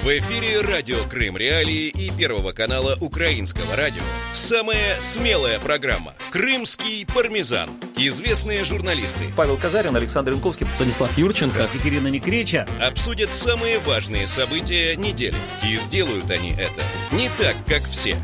В эфире радио Крым Реалии и Первого канала Украинского радио. Самая смелая программа «Крымский пармезан». Известные журналисты Павел Казарин, Александр Янковский, Станислав Юрченко, Екатерина Некреча обсудят самые важные события недели. И сделают они это не так, как все.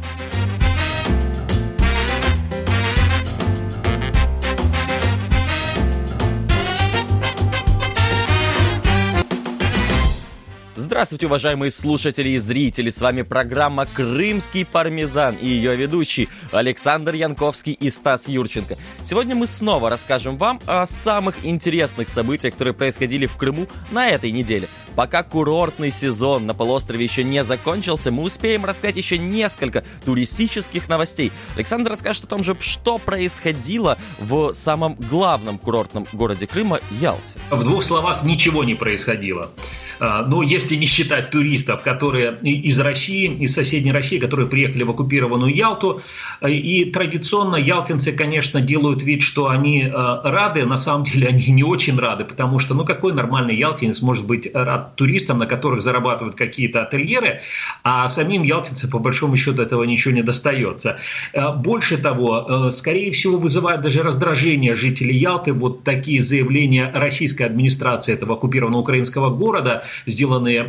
Здравствуйте, уважаемые слушатели и зрители! С вами программа «Крымский пармезан» и ее ведущий Александр Янковский и Стас Юрченко. Сегодня мы снова расскажем вам о самых интересных событиях, которые происходили в Крыму на этой неделе. Пока курортный сезон на полуострове еще не закончился, мы успеем рассказать еще несколько туристических новостей. Александр расскажет о том же, что происходило в самом главном курортном городе Крыма – Ялте. В двух словах, ничего не происходило. Но если не считать туристов, которые из России, из соседней России, которые приехали в оккупированную Ялту. И традиционно ялтинцы, конечно, делают вид, что они рады. На самом деле они не очень рады, потому что, какой нормальный ялтинец может быть рад туристам, на которых зарабатывают какие-то ательеры, а самим ялтинцам, по большому счету, этого ничего не достается. Больше того, скорее всего, вызывает даже раздражение жителей Ялты вот такие заявления российской администрации этого оккупированного украинского города, сделанные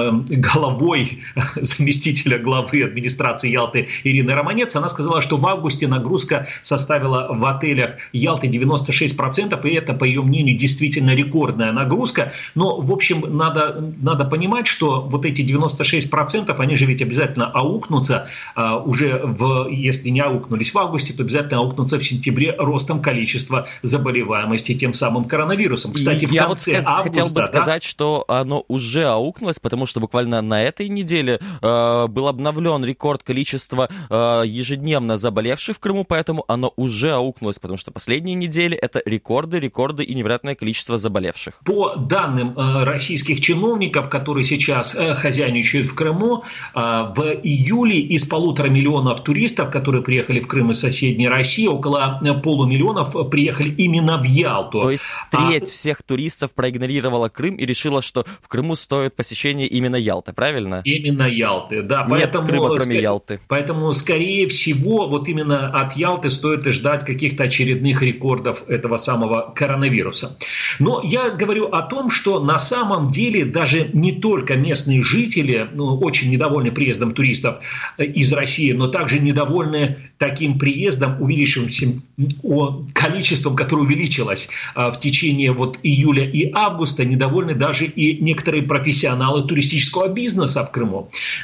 головой заместителя главы администрации Ялты Ирины Романец. Она сказала, что в августе нагрузка составила в отелях Ялты 96%, и это, по ее мнению, действительно рекордная нагрузка. Но, в общем, надо понимать, что вот эти 96%, они же ведь обязательно аукнутся уже, если не аукнулись в августе, то обязательно аукнутся в сентябре ростом количества заболеваемости тем самым коронавирусом. Кстати, в конце августа... хотел бы сказать, что оно уже аукнулось, потому что буквально на этой неделе был обновлен рекорд количества ежедневно заболевших в Крыму, поэтому оно уже аукнулось, потому что последние недели это рекорды и невероятное количество заболевших. По данным российских чиновников, которые сейчас хозяйничают в Крыму, в июле из 1,5 миллиона туристов, которые приехали в Крым из соседней России, около 500 000 приехали именно в Ялту. То есть треть всех туристов проигнорировала Крым и решила, что в Крыму стоит посещение именно Ялты, правильно? Именно Ялты, да. Нет Крыма, кроме Ялты. Поэтому, скорее всего, вот именно от Ялты стоит и ждать каких-то очередных рекордов этого самого коронавируса. Но я говорю о том, что на самом деле даже не только местные жители очень недовольны приездом туристов из России, но также недовольны таким приездом, увеличившимся количеством, которое увеличилось в течение июля и августа, недовольны даже и некоторые профессионалы туристического бизнеса в Крыму.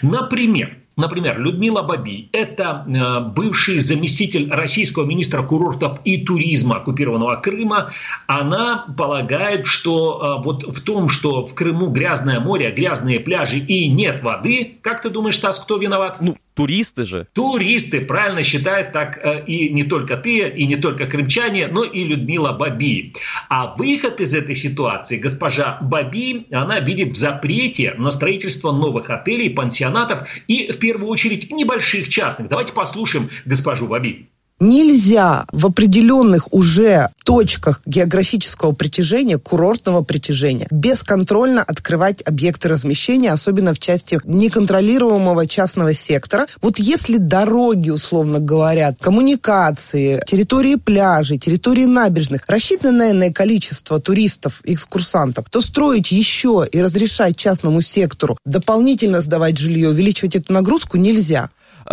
Например, Людмила Бабий, это бывший заместитель российского министра курортов и туризма оккупированного Крыма. Она полагает, что вот в том, что в Крыму грязное море, грязные пляжи и нет воды, как ты думаешь, Стас, кто виноват? Туристы же. Туристы, правильно считают так и не только ты, и не только крымчане, но и Людмила Бабий. А выход из этой ситуации госпожа Бабий, она видит в запрете на строительство новых отелей, пансионатов и, в первую очередь, небольших частных. Давайте послушаем госпожу Бабий. Нельзя в определенных уже точках географического притяжения, курортного притяжения, бесконтрольно открывать объекты размещения, особенно в части неконтролируемого частного сектора. Вот если дороги, условно говоря, коммуникации, территории пляжей, территории набережных, рассчитанное на количество туристов, экскурсантов, то строить еще и разрешать частному сектору дополнительно сдавать жилье, увеличивать эту нагрузку нельзя.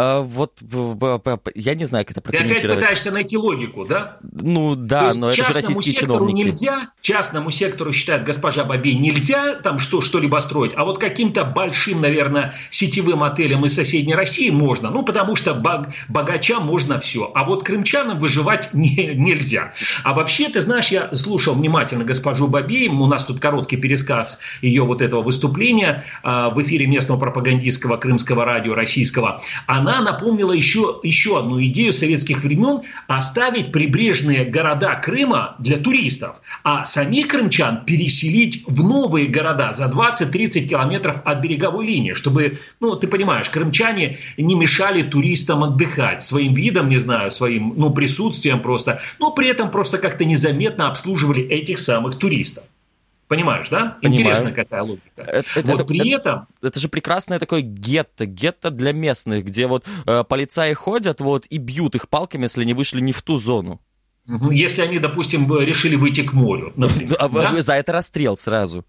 Я не знаю, как это прокомментировать. Ты опять пытаешься найти логику, да? Да, но это же российские чиновники. Частному сектору, считает госпожа Бабий, нельзя там что-либо строить, а вот каким-то большим, наверное, сетевым отелям из соседней России можно, потому что богачам можно все, а вот крымчанам выживать нельзя. А вообще, ты знаешь, я слушал внимательно госпожу Бабий, у нас тут короткий пересказ ее вот этого выступления в эфире местного пропагандистского крымского радио российского. Она напомнила еще одну идею советских времен – оставить прибрежные города Крыма для туристов, а самих крымчан переселить в новые города за 20-30 километров от береговой линии, чтобы, ты понимаешь, крымчане не мешали туристам отдыхать своим видом, не знаю, своим присутствием просто, но при этом просто как-то незаметно обслуживали этих самых туристов. Понимаешь, да? Понимаю. Интересно, какая логика. При этом... Это же прекрасное такое гетто для местных, где вот полицаи ходят вот и бьют их палками, если они вышли не в ту зону. Если они, допустим, решили выйти к морю, например. Да? За это расстрел сразу.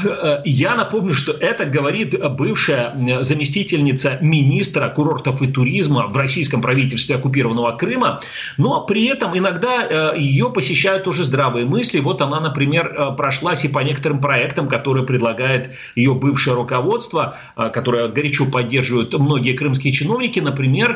Я напомню, что это говорит бывшая заместительница министра курортов и туризма в российском правительстве оккупированного Крыма, но при этом иногда ее посещают уже здравые мысли. Вот она, например, прошлась и по некоторым проектам, которые предлагает ее бывшее руководство, которое горячо поддерживают многие крымские чиновники, например,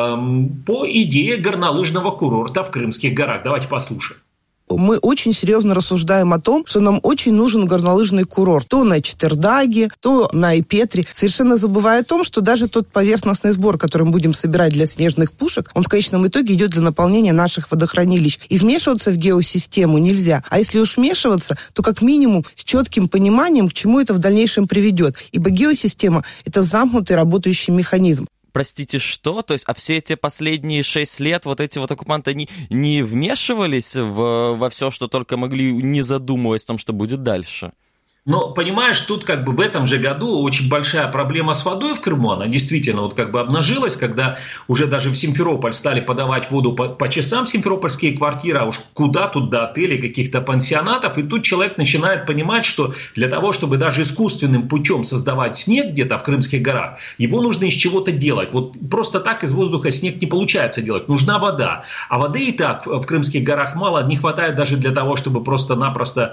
по идее горнолыжного курорта в Крымских горах. Давайте послушаем. Мы очень серьезно рассуждаем о том, что нам очень нужен горнолыжный курорт. То на Четвердаге, то на Ипетре. Совершенно забывая о том, что даже тот поверхностный сбор, который мы будем собирать для снежных пушек, он в конечном итоге идет для наполнения наших водохранилищ. И вмешиваться в геосистему нельзя. А если уж вмешиваться, то как минимум с четким пониманием, к чему это в дальнейшем приведет. Ибо геосистема – это замкнутый работающий механизм. Простите, что? То есть, а все эти последние 6 лет вот эти вот оккупанты не вмешивались во все, что только могли, не задумываясь о том, что будет дальше? Но, понимаешь, тут как бы в этом же году очень большая проблема с водой в Крыму, она действительно вот как бы обнажилась, когда уже даже в Симферополь стали подавать воду по часам симферопольские квартиры, а уж куда тут до отелей, каких-то пансионатов, и тут человек начинает понимать, что для того, чтобы даже искусственным путем создавать снег где-то в Крымских горах, его нужно из чего-то делать. Вот просто так из воздуха снег не получается делать, нужна вода. А воды и так в Крымских горах мало, не хватает даже для того, чтобы просто-напросто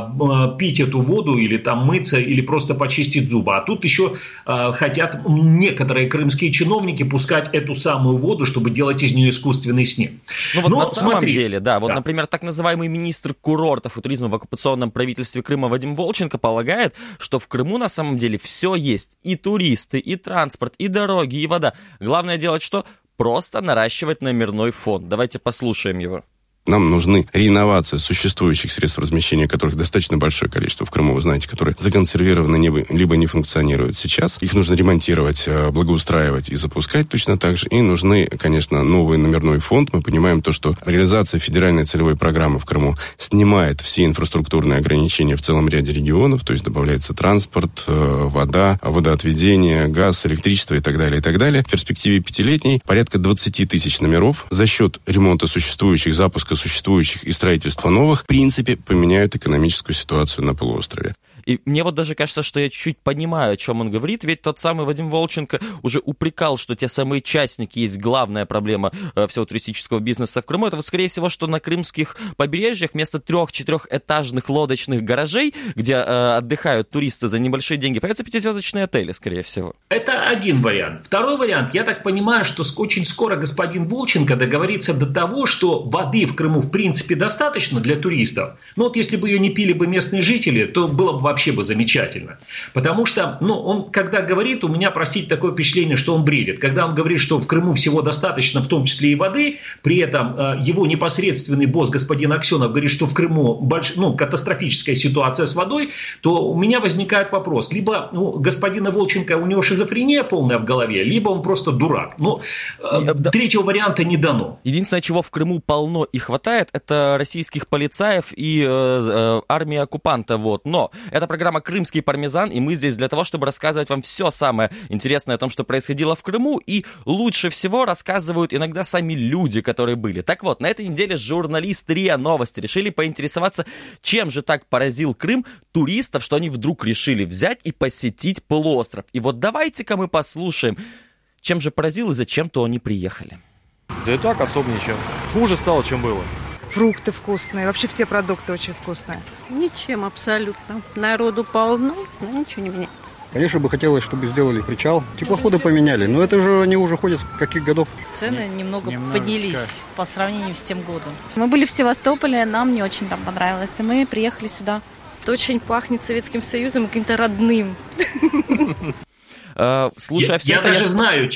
пить эту воду, или там мыться, или просто почистить зубы. А тут еще хотят некоторые крымские чиновники пускать эту самую воду, чтобы делать из нее искусственный снег. Ну вот на самом деле, да, вот, например, так называемый министр курортов и туризма в оккупационном правительстве Крыма Вадим Волченко полагает, что в Крыму на самом деле все есть. И туристы, и транспорт, и дороги, и вода. Главное делать что? Просто наращивать номерной фонд. Давайте послушаем его. Нам нужны реинновация существующих средств размещения, которых достаточно большое количество в Крыму, вы знаете, которые законсервированы либо не функционируют сейчас. Их нужно ремонтировать, благоустраивать и запускать точно так же. И нужны, конечно, новый номерной фонд. Мы понимаем то, что реализация федеральной целевой программы в Крыму снимает все инфраструктурные ограничения в целом ряде регионов, то есть добавляется транспорт, вода, водоотведение, газ, электричество и так далее, и так далее. В перспективе 5-летней порядка 20 тысяч номеров за счет ремонта существующих, запуска существующих и строительства новых, в принципе, поменяют экономическую ситуацию на полуострове. И мне вот даже кажется, что я чуть понимаю, о чем он говорит, ведь тот самый Вадим Волченко уже упрекал, что те самые частники есть главная проблема всего туристического бизнеса в Крыму. Это вот, скорее всего, что на крымских побережьях вместо 3-4-этажных лодочных гаражей, где отдыхают туристы за небольшие деньги, появятся 5-звездочные отели, скорее всего. Это один вариант. Второй вариант, я так понимаю, что очень скоро господин Волченко договорится до того, что воды в Крыму в принципе достаточно для туристов. Но вот если бы ее не пили бы местные жители, то было бы вообще бы замечательно. Потому что, он, когда говорит, у меня, простите, такое впечатление, что он бредит. Когда он говорит, что в Крыму всего достаточно, в том числе и воды, при этом его непосредственный босс, господин Аксенов, говорит, что в Крыму катастрофическая ситуация с водой, то у меня возникает вопрос. Либо господина Волченко, у него шизофрения полная в голове, либо он просто дурак. Но третьего варианта не дано. Единственное, чего в Крыму полно и хватает, это российских полицаев и армии оккупанта. Вот. Но это программа «Крымский пармезан», и мы здесь для того, чтобы рассказывать вам все самое интересное о том, что происходило в Крыму, и лучше всего рассказывают иногда сами люди, которые были. Так вот, на этой неделе журналисты РИА Новости решили поинтересоваться, чем же так поразил Крым туристов, что они вдруг решили взять и посетить полуостров. И вот давайте-ка мы послушаем, чем же поразил и зачем-то они приехали. Да и так особо ничем. Хуже стало, чем было. Фрукты вкусные, вообще все продукты очень вкусные. Ничем абсолютно. Народу полно, но ничего не меняется. Конечно, бы хотелось, чтобы сделали причал. Теплоходы поменяли, но это же они уже ходят с каких годов? Цены немного поднялись по сравнению с тем годом. Мы были в Севастополе, нам не очень там понравилось, и мы приехали сюда. Это очень пахнет Советским Союзом и каким-то родным. Слушай, я даже знаю, чем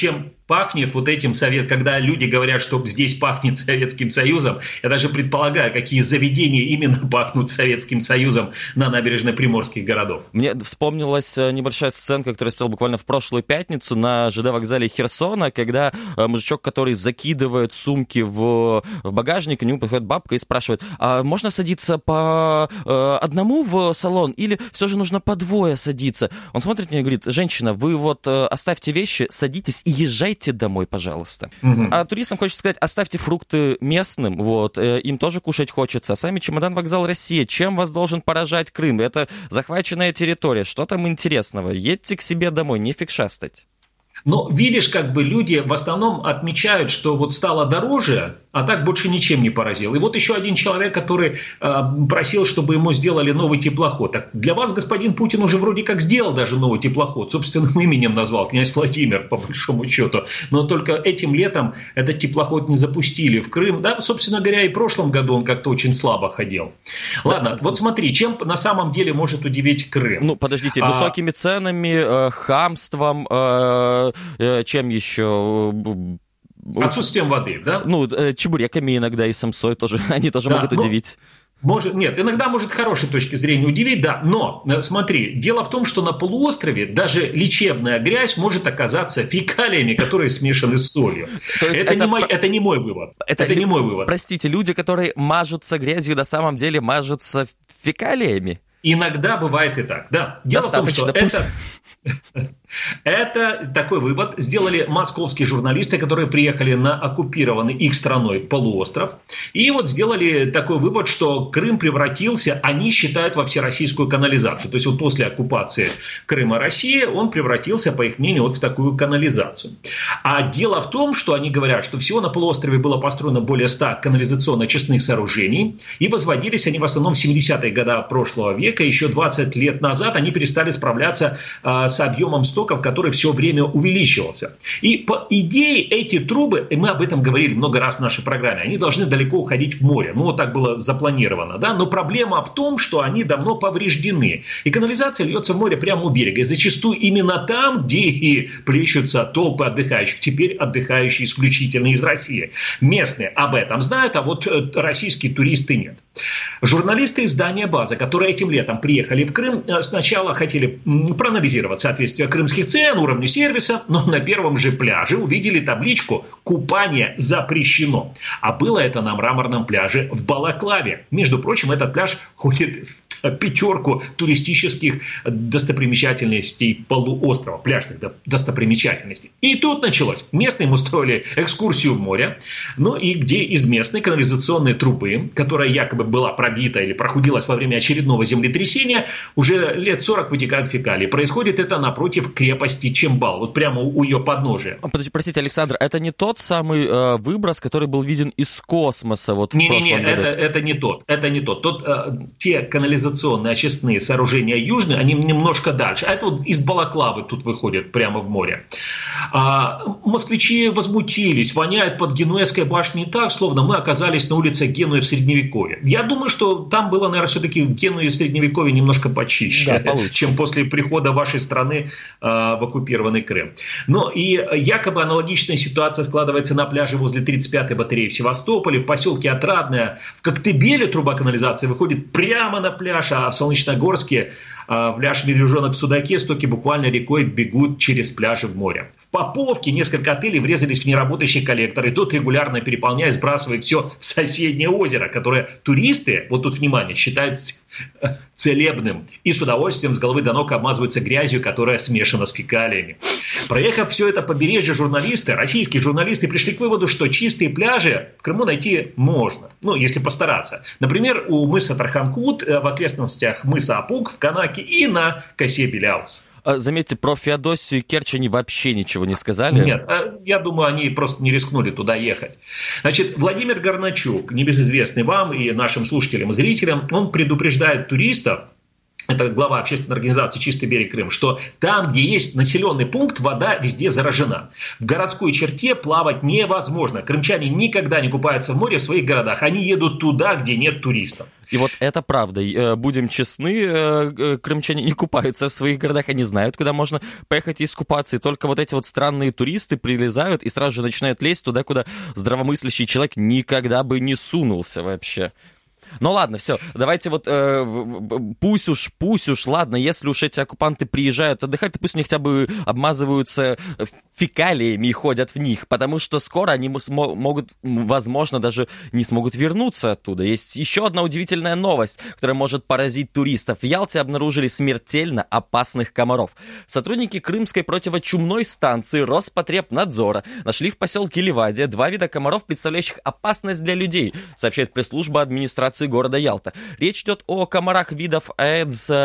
пахнет вот этим когда люди говорят, что здесь пахнет Советским Союзом, я даже предполагаю, какие заведения именно пахнут Советским Союзом на набережной приморских городов. Мне вспомнилась небольшая сценка, которую я смотрел буквально в прошлую пятницу на ЖД-вокзале Херсона, когда мужичок, который закидывает сумки в багажник, к нему подходит бабка и спрашивает: а можно садиться по одному в салон или все же нужно по двое садиться? Он смотрит на нее и говорит: женщина, вы вот оставьте вещи, садитесь и езжайте домой, пожалуйста. А туристам хочется сказать: оставьте фрукты местным, вот, им тоже кушать хочется. А сами чемодан вокзал Россия. Чем вас должен поражать Крым? Это захваченная территория, что там интересного? Едьте к себе домой, нефиг шастать. Но видишь, как бы люди в основном отмечают, что вот стало дороже, а так больше ничем не поразил. И вот еще один человек, который просил, чтобы ему сделали новый теплоход. Так для вас господин Путин уже вроде как сделал даже новый теплоход. Собственным именем назвал, князь Владимир, по большому счету. Но только этим летом этот теплоход не запустили в Крым. Да, собственно говоря, и в прошлом году он как-то очень слабо ходил. Ладно, вот смотри, чем на самом деле может удивить Крым? Ну, подождите, высокими ценами, хамством... чем еще? Отсутствием воды, да? Ну, чебуреками иногда и самсой тоже, они тоже могут удивить. Нет, иногда может с хорошей точки зрения удивить, да, но смотри, дело в том, что на полуострове даже лечебная грязь может оказаться фекалиями, которые смешаны с солью. Это не мой вывод. Это не мой вывод. Простите, люди, которые мажутся грязью, на самом деле мажутся фекалиями? Иногда бывает и так, да. Дело в том, что это такой вывод сделали московские журналисты, которые приехали на оккупированный их страной полуостров. И вот сделали такой вывод, что Крым превратился, они считают, во всероссийскую канализацию. То есть вот после оккупации Крыма России он превратился, по их мнению, вот в такую канализацию. А дело в том, что они говорят, что всего на полуострове было построено более 100 канализационно-очистных сооружений. И возводились они в основном в 70-е годы прошлого века. Еще 20 лет назад они перестали справляться с объемом стоков, который все время увеличивался. И по идее эти трубы, и мы об этом говорили много раз в нашей программе, они должны далеко уходить в море. Ну, вот так было запланировано. Да? Но проблема в том, что они давно повреждены. И канализация льется в море прямо у берега. И зачастую именно там, где и плещутся толпы отдыхающих, теперь отдыхающие исключительно из России. Местные об этом знают, а вот российские туристы нет. Журналисты издания «База», которые этим летом приехали в Крым, сначала хотели проанализировать соответствие крымских цен уровню сервиса, но на первом же пляже увидели табличку «Купание запрещено». А было это на мраморном пляже в Балаклаве. Между прочим, этот пляж входит в 5 туристических достопримечательностей полуострова, пляжных достопримечательностей. И тут началось. Местные им устроили экскурсию в море, ну и где из местной канализационной трубы, которая якобы была пробита или прохудилась во время очередного землетрясения, уже лет 40 вытекают фекалии. Происходит это напротив крепости Чимбал, вот прямо у ее подножия. Простите, Александр, это не тот самый выброс, который был виден из космоса вот в прошлом году? Это не тот. Те канализационные очистные сооружения южные, они немножко дальше. А это вот из Балаклавы тут выходят прямо в море. Москвичи возмутились, воняет под Генуэзской башней так, словно мы оказались на улице Генуи в Средневековье. Я думаю, что там было, наверное, все-таки в Генуе в Средневековье немножко почище, чем после прихода вашей страны в оккупированный Крым. Но и якобы аналогичная ситуация складывается на пляже возле 35-й батареи в Севастополе, в поселке Отрадное. В Коктебеле труба канализации выходит прямо на пляж, а в Солнечногорске пляж Медвежонок в Судаке стоки буквально рекой бегут через пляжи в море. В Поповке несколько отелей врезались в неработающий коллектор, и тот, регулярно переполняя, сбрасывает все в соседнее озеро, которое туристы, вот тут внимание, считают целебным. И с удовольствием с головы до ног обмазываются грязью, которая смешана с фекалиями. Проехав все это побережье, журналисты, российские журналисты, пришли к выводу, что чистые пляжи в Крыму найти можно, ну, если постараться. Например, у мыса Тарханкут, в окрестностях мыса Апук, в Канаке и на косе Беляус. Заметьте, про Феодосию и Керчь они вообще ничего не сказали. Нет, я думаю, они просто не рискнули туда ехать. Значит, Владимир Горначук, небезызвестный вам и нашим слушателям и зрителям, он предупреждает туристов, это глава общественной организации «Чистый берег Крым», что там, где есть населенный пункт, вода везде заражена. В городской черте плавать невозможно. Крымчане никогда не купаются в море в своих городах. Они едут туда, где нет туристов. И вот это правда. Будем честны, крымчане не купаются в своих городах, они знают, куда можно поехать и искупаться. И только вот эти вот странные туристы прилезают и сразу же начинают лезть туда, куда здравомыслящий человек никогда бы не сунулся вообще. Ну ладно, все, давайте вот пусть уж, ладно, если уж эти оккупанты приезжают отдыхать, то пусть они хотя бы обмазываются фекалиями и ходят в них, потому что скоро они могут, возможно, даже не смогут вернуться оттуда. Есть еще одна удивительная новость, которая может поразить туристов. В Ялте обнаружили смертельно опасных комаров. Сотрудники Крымской противочумной станции Роспотребнадзора нашли в поселке Ливадия 2 вида комаров, представляющих опасность для людей, сообщает пресс-служба администрации города Ялта. Речь идет о комарах видов Aedes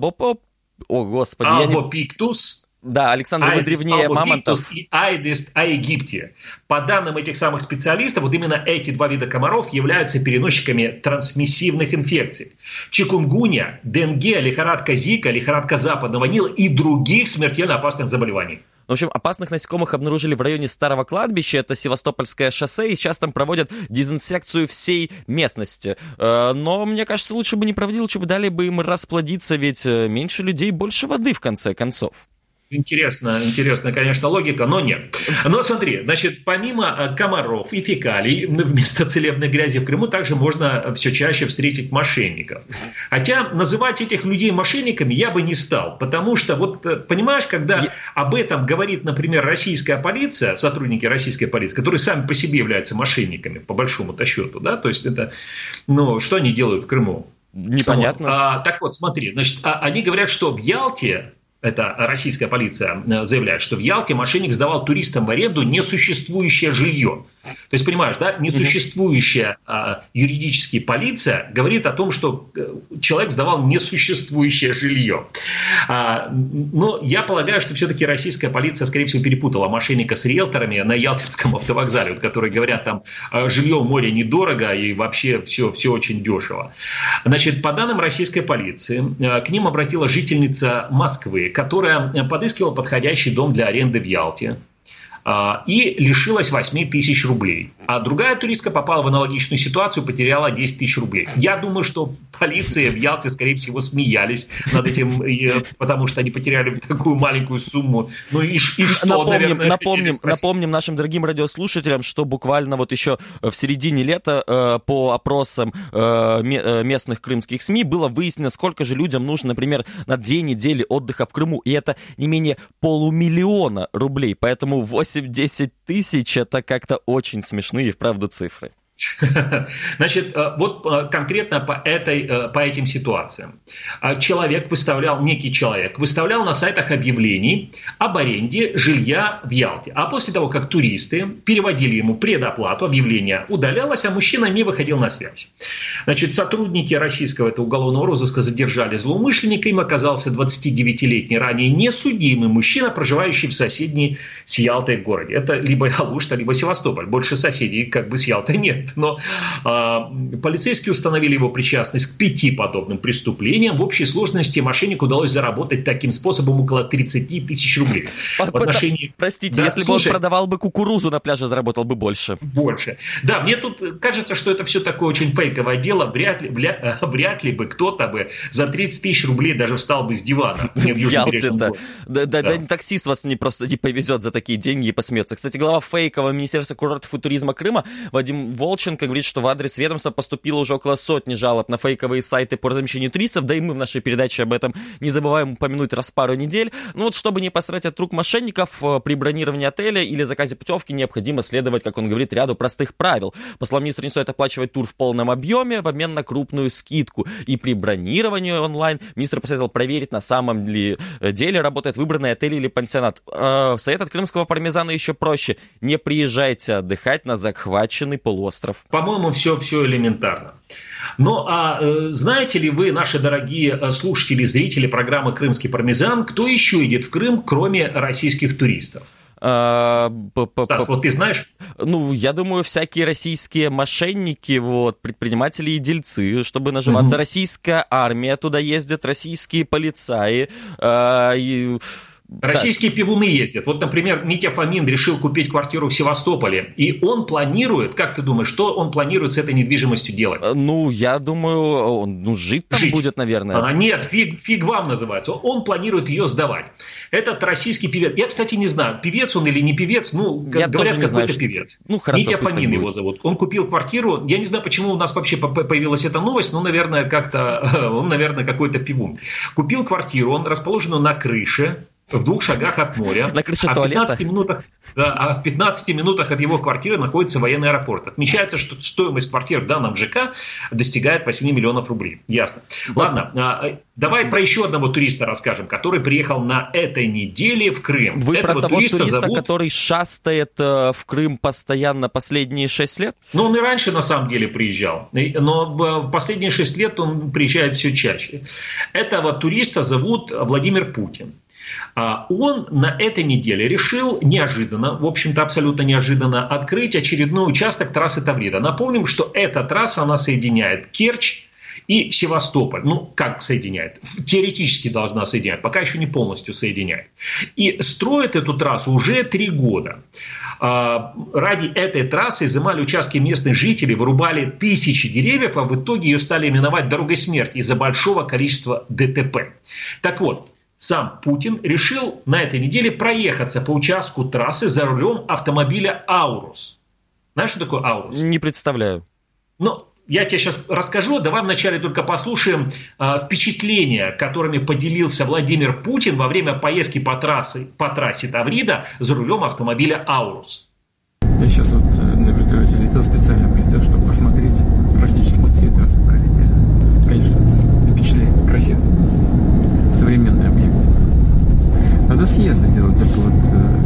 albopictus. Да, Александр, вы древнее мамонтов. И Aedes aegypti. По данным этих самых специалистов, вот именно эти 2 вида комаров являются переносчиками трансмиссивных инфекций. Чикунгунья, денге, лихорадка Зика, лихорадка западного Нила и других смертельно опасных заболеваний. В общем, опасных насекомых обнаружили в районе Старого кладбища, это Севастопольское шоссе, и сейчас там проводят дезинсекцию всей местности. Но, мне кажется, лучше бы не проводили, лучше бы дали бы им расплодиться, ведь меньше людей, больше воды, в конце концов. Интересная, конечно, логика, но нет. Но смотри, значит, помимо комаров и фекалий, вместо целебной грязи в Крыму также можно все чаще встретить мошенников. Хотя называть этих людей мошенниками я бы не стал, потому что, вот понимаешь, когда об этом говорит, например, российская полиция, сотрудники российской полиции, которые сами по себе являются мошенниками, по большому-то счету, да, то есть это, что они делают в Крыму? Непонятно. Так вот, смотри, значит, они говорят, что в Ялте, это российская полиция заявляет, что в Ялте мошенник сдавал туристам в аренду несуществующее жилье. То есть, понимаешь, да, несуществующая юридически полиция говорит о том, что человек сдавал несуществующее жилье. Но я полагаю, что все-таки российская полиция, скорее всего, перепутала мошенника с риэлторами на Ялтинском автовокзале, которые говорят, там жилье в море недорого и вообще все очень дешево. Значит, по данным российской полиции, к ним обратилась жительница Москвы, которая подыскивала подходящий дом для аренды в Ялте и лишилась 8 тысяч рублей. А другая туристка попала в аналогичную ситуацию, потеряла 10 тысяч рублей. Я думаю, что в полиции в Ялте, скорее всего, смеялись над этим, потому что они потеряли такую маленькую сумму. Ну и что, напомним нашим дорогим радиослушателям, что буквально вот еще в середине лета по опросам местных крымских СМИ было выяснено, сколько же людям нужно, например, на 2 недели отдыха в Крыму. И это не менее 500 000 рублей. Поэтому 8-10 тысяч – это как-то очень смешные, вправду, цифры. Значит, вот конкретно по этим ситуациям. Некий человек выставлял на сайтах объявлений об аренде жилья в Ялте. А после того, как туристы переводили ему предоплату, объявление удалялось, а мужчина не выходил на связь. Значит, сотрудники российского уголовного розыска задержали злоумышленника. Им оказался 29-летний ранее несудимый мужчина, проживающий в соседней с Ялтой городе. Это либо Алушта, либо Севастополь. Больше соседей как бы с Ялтой нет. Но полицейские установили его причастность к 5 подобным преступлениям. В общей сложности мошеннику удалось заработать таким способом около 30 тысяч рублей. Простите, если бы он продавал бы кукурузу на пляже, заработал бы больше. Да, мне тут кажется, что это все такое очень фейковое дело. Вряд ли бы кто-то бы за 30 тысяч рублей даже встал бы с дивана. В Ялте-то. Да, таксист вас просто не повезет за такие деньги и посмеется. Кстати, глава фейкового Министерства курортов и туризма Крыма Вадим Волченко говорит, что в адрес ведомства поступило уже около 100 жалоб на фейковые сайты по размещению туристов, да и мы в нашей передаче об этом не забываем упомянуть раз в пару недель. Ну вот, чтобы не пострадать от рук мошенников, при бронировании отеля или заказе путевки необходимо следовать, как он говорит, ряду простых правил. По словам министра, не стоит оплачивать тур в полном объеме в обмен на крупную скидку. И при бронировании онлайн министр посоветовал проверить, на самом ли деле работает выбранный отель или пансионат. Совет от крымского пармезана еще проще. Не приезжайте отдыхать на захваченный полуостров. По-моему, все элементарно. Но знаете ли вы, наши дорогие слушатели и зрители программы «Крымский пармезан», кто еще едет в Крым, кроме российских туристов? Стас, вот ты знаешь? Ну, я думаю, всякие российские мошенники, предприниматели и дельцы, чтобы наживаться. Российская армия туда ездит, российские полицаи. Российские пивуны ездят. Вот, например, Митя Фомин решил купить квартиру в Севастополе. И он планирует, как ты думаешь, что он планирует с этой недвижимостью делать? Ну, я думаю, он жить там будет, наверное. Нет, фиг вам называется. Он планирует ее сдавать. Этот российский певец. Я, кстати, не знаю, певец он или не певец. Ну, говорят, какой-то певец. Ну, хорошо, Митя Фомин его зовут. Он купил квартиру. Я не знаю, почему у нас вообще появилась эта новость. Но, наверное, он, наверное, какой-то пивун. Купил квартиру. Он расположен на крыше. В 2 шагах от моря. На крыше туалета. А в 15 минутах от его квартиры находится военный аэропорт. Отмечается, что стоимость квартир в данном ЖК достигает 8 миллионов рублей. Ясно. Ладно, давай про еще одного туриста расскажем, который приехал на этой неделе в Крым. Вы этого про того туриста, который шастает в Крым постоянно последние 6 лет? Ну, он и раньше, на самом деле, приезжал. Но в последние 6 лет он приезжает все чаще. Этого туриста зовут Владимир Путин. Он на этой неделе решил неожиданно, в общем-то абсолютно неожиданно, открыть очередной участок трассы Таврида. Напомним, что эта трасса, она соединяет Керчь и Севастополь. Ну, как соединяет? Теоретически должна соединять, пока еще не полностью соединяет. И строят эту трассу уже 3 года. Ради этой трассы изымали участки местных жителей, вырубали тысячи деревьев, а в итоге ее стали именовать дорогой смерти из-за большого количества ДТП. Так вот, сам Путин решил на этой неделе проехаться по участку трассы за рулем автомобиля «Аурус». Знаешь, что такое «Аурус»? Не представляю. Ну, я тебе сейчас расскажу. Давай вначале только послушаем впечатления, которыми поделился Владимир Путин во время поездки по трассе Таврида за рулем автомобиля «Аурус». Я сейчас вот наблюдатель летел специально, чтобы посмотреть. Практически всей трассы пролетели. Конечно, впечатляет. Красиво. Современный объект. Надо съезды делать только вот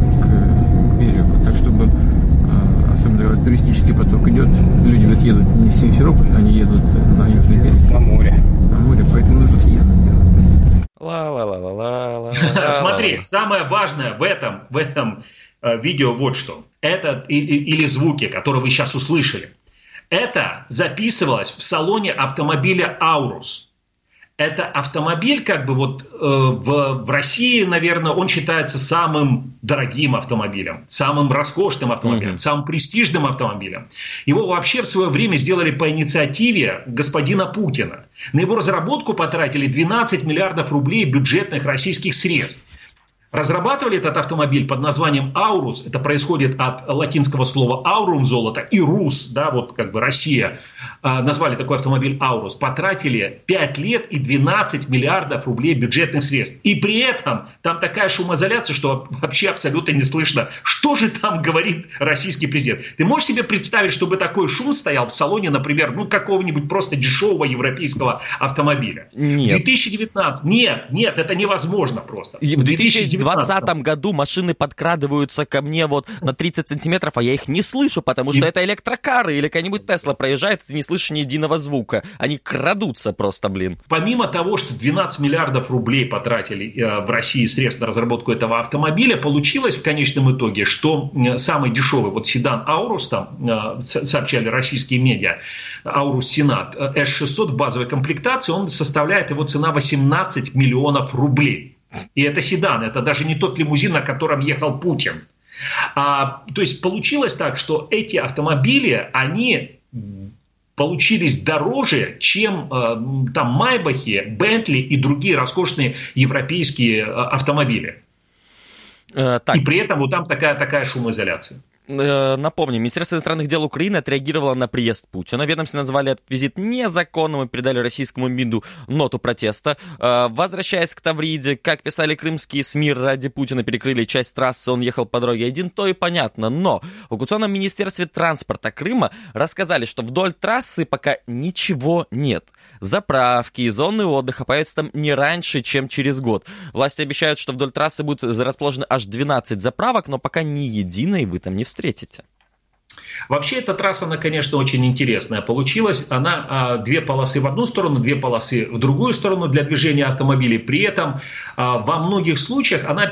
к берегу, так чтобы особенно туристический поток идет, люди вот едут не в Симферополь, они едут на южный берег. На море. На море, поэтому нужно съезды делать. Смотри, самое важное в этом видео вот что. Это или звуки, которые вы сейчас услышали. Это записывалось в салоне автомобиля «Аурус». Это автомобиль, как бы вот в России, наверное, он считается самым дорогим автомобилем, самым роскошным автомобилем, самым престижным автомобилем. Его вообще в свое время сделали по инициативе господина Путина. На его разработку потратили 12 миллиардов рублей бюджетных российских средств. Разрабатывали этот автомобиль под названием «Аурус». Это происходит от латинского слова «аурум» – золото, и «рус», да, вот как бы Россия. Назвали такой автомобиль «Аурус». Потратили 5 лет и 12 миллиардов рублей бюджетных средств. И при этом там такая шумоизоляция, что вообще абсолютно не слышно, что же там говорит российский президент. Ты можешь себе представить, чтобы такой шум стоял в салоне, например, какого-нибудь просто дешевого европейского автомобиля? Нет. В 2019... Нет, это невозможно просто. В 2020 году машины подкрадываются ко мне вот на 30 сантиметров, а я их не слышу, потому что это электрокары или какая-нибудь Тесла проезжает, и ты не слышишь ни единого звука. Они крадутся просто, блин. Помимо того, что 12 миллиардов рублей потратили в России средств на разработку этого автомобиля, получилось в конечном итоге, что самый дешевый вот седан «Аурус», там сообщали российские медиа, «Аурус Сенат», S600 в базовой комплектации, он составляет, его цена 18 миллионов рублей. И это седан, это даже не тот лимузин, на котором ехал Путин. То есть получилось так, что эти автомобили, они получились дороже, чем там Майбахи, Бентли и другие роскошные европейские автомобили. И при этом вот там такая шумоизоляция. Напомню, Министерство иностранных дел Украины отреагировало на приезд Путина. Ведомстве назвали этот визит незаконным и передали российскому МИДу ноту протеста. Возвращаясь к Тавриде, как писали крымские СМИ, ради Путина перекрыли часть трассы, он ехал по дороге один, то и понятно. Но в оккупационном министерстве транспорта Крыма рассказали, что вдоль трассы пока ничего нет. Заправки и зоны отдыха появятся там не раньше, чем через год. Власти обещают, что вдоль трассы будут расположены аж 12 заправок, но пока ни единой вы там не встретите. Вообще эта трасса, она, конечно, очень интересная получилась. Она 2 полосы в одну сторону, 2 полосы в другую сторону для движения автомобилей. При этом во многих случаях она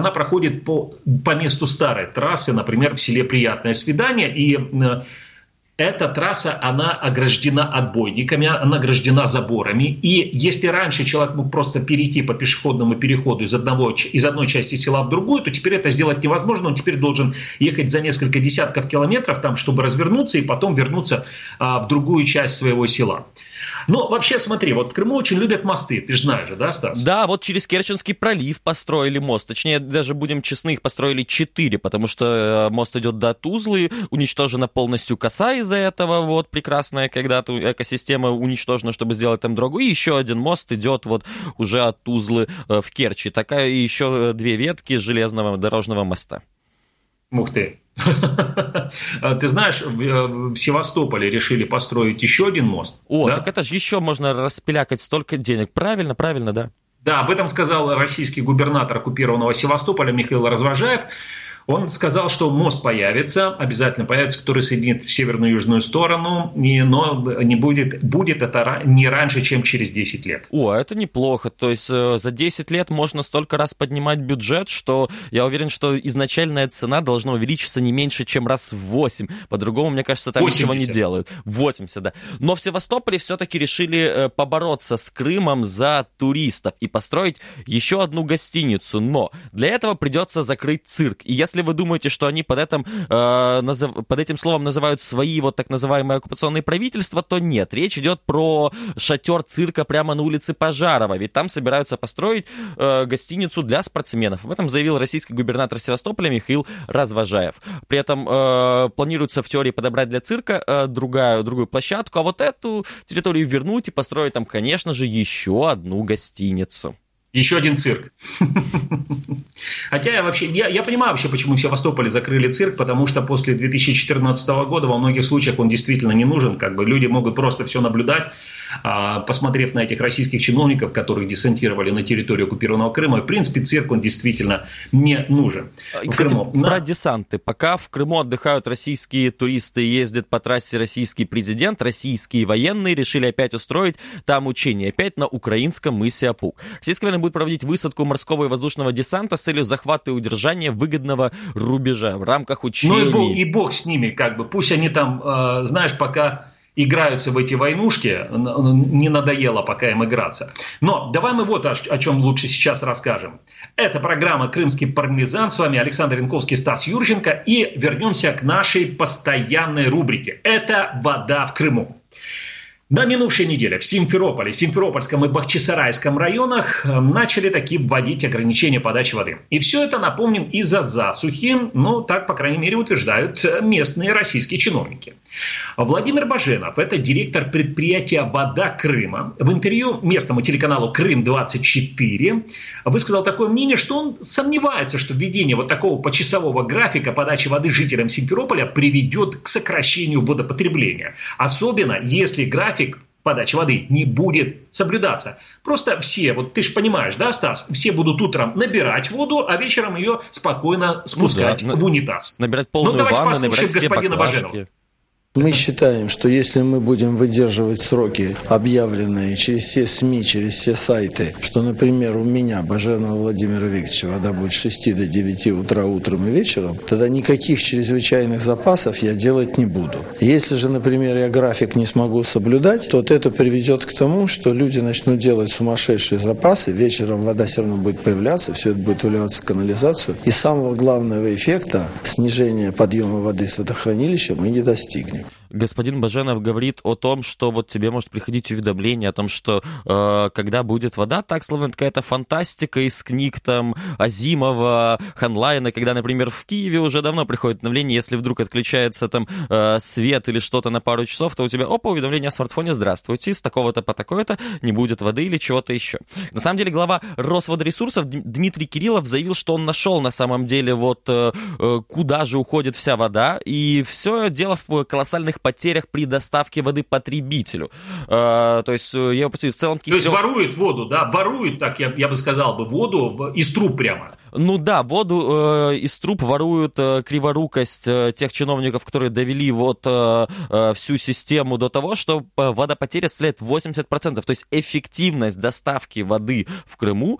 проходит по месту старой трассы, например, в селе Приятное Свидание. И Эта трасса, она ограждена отбойниками, она ограждена заборами. И если раньше человек мог просто перейти по пешеходному переходу из одной части села в другую, то теперь это сделать невозможно. Он теперь должен ехать за несколько десятков километров, там, чтобы развернуться и потом вернуться в другую часть своего села. Но вообще, смотри, вот в Крыму очень любят мосты, ты же знаешь же, да, Стас? Да, вот через Керченский пролив построили мост, точнее, даже будем честны, их построили 4, потому что мост идет до Тузлы, уничтожена полностью коса из-за этого, вот, прекрасная когда-то экосистема уничтожена, чтобы сделать там дорогу, и еще один мост идет вот уже от Тузлы в Керчи, такая и еще 2 ветки железного дорожного моста. Ух ты! Ты знаешь, в Севастополе решили построить еще один мост. О, да? Так это же еще можно распилякать столько денег. Правильно, да. Да, об этом сказал российский губернатор оккупированного Севастополя Михаил Развожаев. Он сказал, что мост появится, обязательно появится, который соединит северную и южную сторону, но не будет это не раньше, чем через 10 лет. О, это неплохо. То есть за 10 лет можно столько раз поднимать бюджет, что я уверен, что изначальная цена должна увеличиться не меньше, чем раз в 8. По-другому, мне кажется, там 80. ничего не делают. 80, да. Но в Севастополе все-таки решили побороться с Крымом за туристов и построить еще одну гостиницу. Но для этого придется закрыть цирк. И если вы думаете, что они под этим словом называют свои вот так называемые оккупационные правительства, то нет. Речь идет про шатер цирка прямо на улице Пожарова, ведь там собираются построить гостиницу для спортсменов. Об этом заявил российский губернатор Севастополя Михаил Развожаев. При этом планируется в теории подобрать для цирка другую площадку, а вот эту территорию вернуть и построить там, конечно же, еще одну гостиницу. Еще один цирк. Хотя я понимаю вообще, почему в Севастополе закрыли цирк, потому что после 2014 года во многих случаях он действительно не нужен. Как бы люди могут просто все наблюдать, посмотрев на этих российских чиновников, которые десантировали на территорию оккупированного Крыма. В принципе, цирк он действительно не нужен. Кстати, про десанты. Пока в Крыму отдыхают российские туристы и ездит по трассе российский президент, российские военные решили опять устроить там учения, опять на украинском мысе Апук. Российская военная будет проводить высадку морского и воздушного десанта с целью захвата и удержания выгодного рубежа в рамках учений. Ну и бог с ними, как бы. Пусть они там, знаешь, пока играются в эти войнушки, не надоело пока им играться. Но давай мы вот о чем лучше сейчас расскажем. Это программа «Крымский пармезан». С вами Александр Янковский, Стас Юрченко. И вернемся к нашей постоянной рубрике. Это «Вода в Крыму». На минувшей неделе в Симферопольском и Бахчисарайском районах начали таки вводить ограничения подачи воды. И все это, напомним, из-за засухи, так, по крайней мере, утверждают местные российские чиновники. Владимир Баженов, это директор предприятия «Вода Крыма», в интервью местному телеканалу «Крым-24» высказал такое мнение, что он сомневается, что введение вот такого почасового графика подачи воды жителям Симферополя приведет к сокращению водопотребления. Особенно, если график подачи воды не будет соблюдаться. Просто все, вот ты же понимаешь, да, Стас, все будут утром набирать воду, а вечером ее спокойно спускать в унитаз. Набирать полную ванну, набирать все баклажки. Мы считаем, что если мы будем выдерживать сроки, объявленные через все СМИ, через все сайты, что, например, у меня, Баженова Владимира Викторовича, вода будет с 6 до 9 утра утром и вечером, тогда никаких чрезвычайных запасов я делать не буду. Если же, например, я график не смогу соблюдать, то это приведет к тому, что люди начнут делать сумасшедшие запасы, вечером вода все равно будет появляться, все это будет вливаться в канализацию, и самого главного эффекта снижения подъема воды с водохранилища мы не достигнем. Господин Баженов говорит о том, что вот тебе может приходить уведомление о том, что когда будет вода, так, словно какая-то фантастика из книг там Азимова, Ханлайна, когда, например, в Киеве уже давно приходит уведомление, если вдруг отключается там свет или что-то на пару часов, то у тебя, уведомление о смартфоне: здравствуйте, с такого-то по такое-то не будет воды или чего-то еще. На самом деле глава Росводресурсов Дмитрий Кириллов заявил, что он нашел на самом деле вот куда же уходит вся вода, и все дело в колоссальных потерях при доставке воды потребителю. То есть, я в целом... То есть, ворует воду, да? Ворует, так я бы сказал, воду из труб прямо. Ну да, воду из труб воруют, криворукость тех чиновников, которые довели вот всю систему до того, что водопотеря составляет 80%. То есть, эффективность доставки воды в Крыму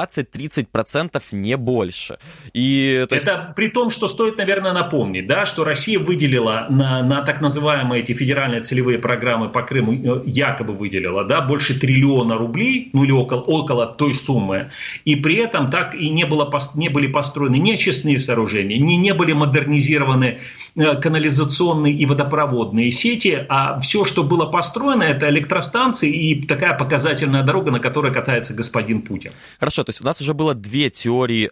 20-30%, не больше. И, это при том, что стоит, наверное, напомнить, да, что Россия выделила на так называемые называемые эти федеральные целевые программы по Крыму якобы выделила, да, больше 1 триллиона рублей, ну или около той суммы, и при этом так и не были построены ни очистные сооружения, не были модернизированы канализационные и водопроводные сети, а все, что было построено, это электростанции и такая показательная дорога, на которой катается господин Путин. Хорошо, то есть у нас уже было 2 теории,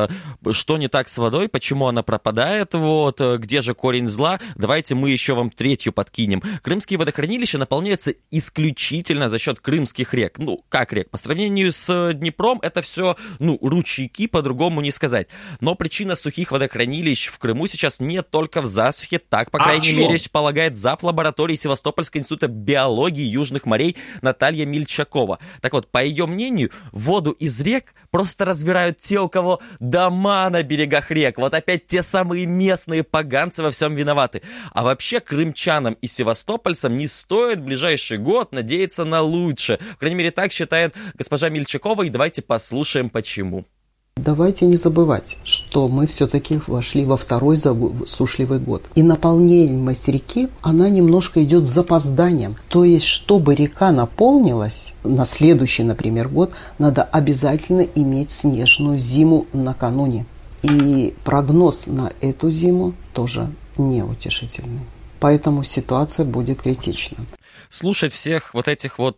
что не так с водой, почему она пропадает, вот, где же корень зла. Давайте мы еще вам 3-ю подкинем. Крымские водохранилища наполняются исключительно за счет крымских рек. Ну, как рек? По сравнению с Днепром это все, ручейки, по-другому не сказать. Но причина сухих водохранилищ в Крыму сейчас не только в засухе, так, по крайней мере, полагает зав. Лаборатории Севастопольского института биологии южных морей Наталья Мильчакова. Так вот, по ее мнению, воду из рек просто разбирают те, у кого дома на берегах рек. Вот опять те самые местные поганцы во всем виноваты. А вообще крымчанам и севастопольцам не стоит в ближайший год надеяться на лучшее. По крайней мере, так считает госпожа Мильчакова, и давайте послушаем, почему. Давайте не забывать, что мы все-таки вошли во 2-й засушливый год. И наполняемость реки, она немножко идет с запозданием. То есть, чтобы река наполнилась, на следующий, например, год, надо обязательно иметь снежную зиму накануне. И прогноз на эту зиму тоже неутешительный. Поэтому ситуация будет критична. Слушать всех вот этих вот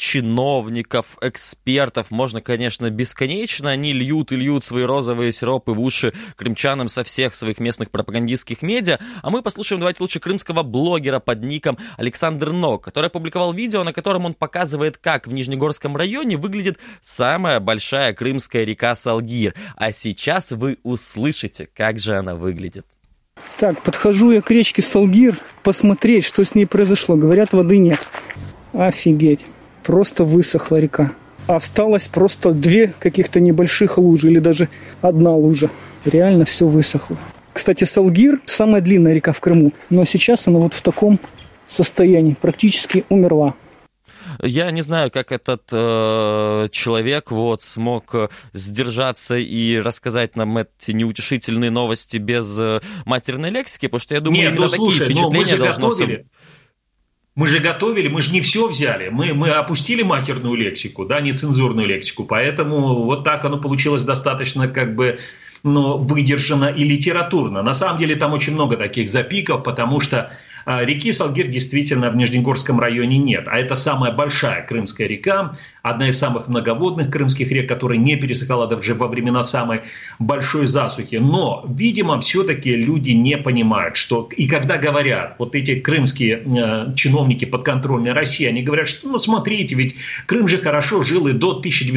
чиновников, экспертов можно, конечно, бесконечно. Они льют и льют свои розовые сиропы в уши крымчанам со всех своих местных пропагандистских медиа. А мы послушаем, давайте лучше, крымского блогера под ником Александр Нок, который опубликовал видео, на котором он показывает, как в Нижнегорском районе выглядит самая большая крымская река Салгир. А сейчас вы услышите, как же она выглядит. Так, подхожу я к речке Салгир посмотреть, что с ней произошло. Говорят, воды нет. Офигеть. Просто высохла река. Осталось просто 2 каких-то небольших лужи, или даже 1 лужа. Реально все высохло. Кстати, Салгир – самая длинная река в Крыму. Но сейчас она вот в таком состоянии. Практически умерла. Я не знаю, как этот человек смог сдержаться и рассказать нам эти неутешительные новости без матерной лексики, потому что я думаю, именно такие впечатления должно все... Мы же готовили, мы же не все взяли. Мы опустили матерную лексику, да, нецензурную лексику, поэтому вот так оно получилось достаточно выдержано и литературно. На самом деле там очень много таких запиков, потому что реки Салгир действительно в Нижнегорском районе нет. А это самая большая крымская река, одна из самых многоводных крымских рек, которая не пересыхала даже во времена самой большой засухи. Но, видимо, все-таки люди не понимают, что... И когда говорят, вот эти крымские чиновники подконтрольной России, они говорят, что, смотрите, ведь Крым же хорошо жил и до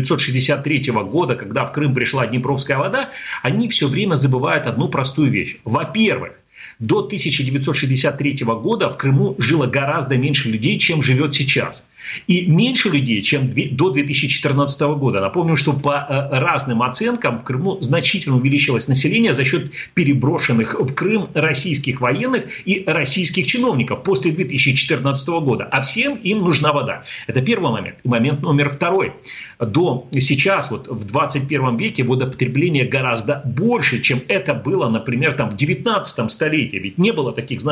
1963 года, когда в Крым пришла Днепровская вода, они все время забывают одну простую вещь. Во-первых, до 1963 года в Крыму жило гораздо меньше людей, чем живет сейчас. И меньше людей, чем до 2014 года. Напомню, что по разным оценкам в Крыму значительно увеличилось население за счет переброшенных в Крым российских военных и российских чиновников после 2014 года. А всем им нужна вода. Это первый момент. И момент номер 2. До сейчас, в 21 веке, водопотребление гораздо больше, чем это было, например, в 19 столетии. Ведь не было таких,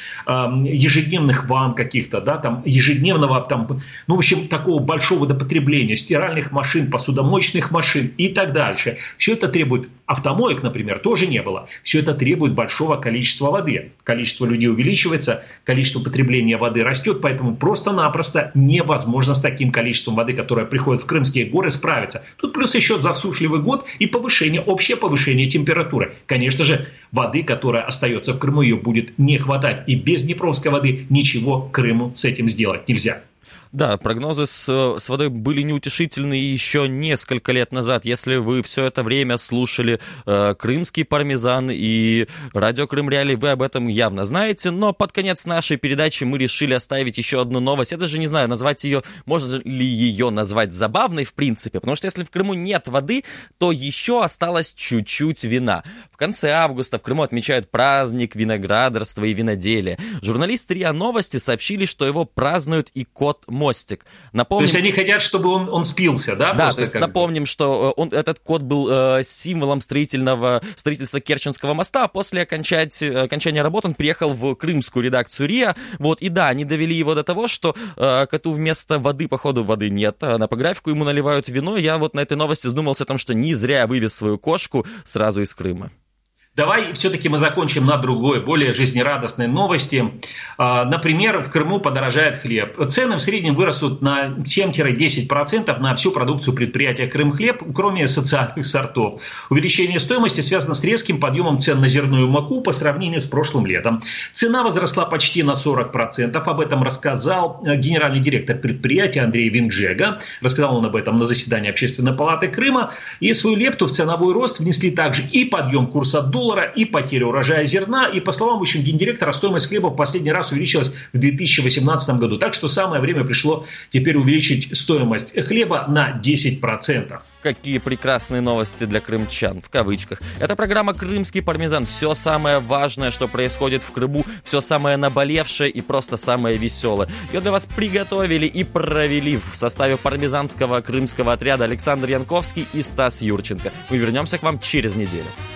ежедневных ванн каких-то, ежедневного, такого большого водопотребления, стиральных машин, посудомоечных машин и так дальше. Все это требует, автомоек, например, тоже не было. Все это требует большого количества воды. Количество людей увеличивается, количество потребления воды растет, поэтому просто-напросто невозможно с таким количеством воды, которое приходит в Крымские горы, справиться. Тут плюс еще засушливый год и общее повышение температуры. Конечно же, воды, которая остается в Крыму, ее будет не хватать. И без Днепровской воды ничего Крыму с этим сделать нельзя. Да, прогнозы с водой были неутешительные еще несколько лет назад. Если вы все это время слушали «Крымский пармезан» и радио Крым Реалии, вы об этом явно знаете. Но под конец нашей передачи мы решили оставить еще одну новость. Я даже не знаю, можно ли ее назвать забавной в принципе. Потому что если в Крыму нет воды, то еще осталось чуть-чуть вина. В конце августа в Крыму отмечают праздник виноградарства и виноделия. Журналисты РИА Новости сообщили, что его празднует и кот мостик. То есть они хотят, чтобы он спился, да? Да, то есть напомним, что этот код был символом строительства Керченского моста, а после окончания работ он приехал в крымскую редакцию РИА. Вот, и да, они довели его до того, что коту вместо воды, походу, воды нет, по графику ему наливают вино. Я вот на этой новости задумался о том, что не зря я вывез свою кошку сразу из Крыма. Давай все-таки мы закончим на другой, более жизнерадостной новости. Например, в Крыму подорожает хлеб. Цены в среднем вырастут на 7-10% на всю продукцию предприятия «Крымхлеб», кроме социальных сортов. Увеличение стоимости связано с резким подъемом цен на зерно и муку по сравнению с прошлым летом. Цена возросла почти на 40%. Об этом рассказал генеральный директор предприятия Андрей Винджега. Рассказал он об этом на заседании Общественной палаты Крыма. И свою лепту в ценовой рост внесли также и подъем курса доллара, и потеря урожая зерна. И, по словам гендиректора, стоимость хлеба в последний раз увеличилась в 2018 году. Так что самое время пришло теперь увеличить стоимость хлеба на 10%. Какие прекрасные новости для крымчан, в кавычках. Это программа «Крымский пармезан». Все самое важное, что происходит в Крыму, все самое наболевшее и просто самое веселое. Ее для вас приготовили и провели в составе пармезанского крымского отряда Александр Янковский и Стас Юрченко. Мы вернемся к вам через неделю.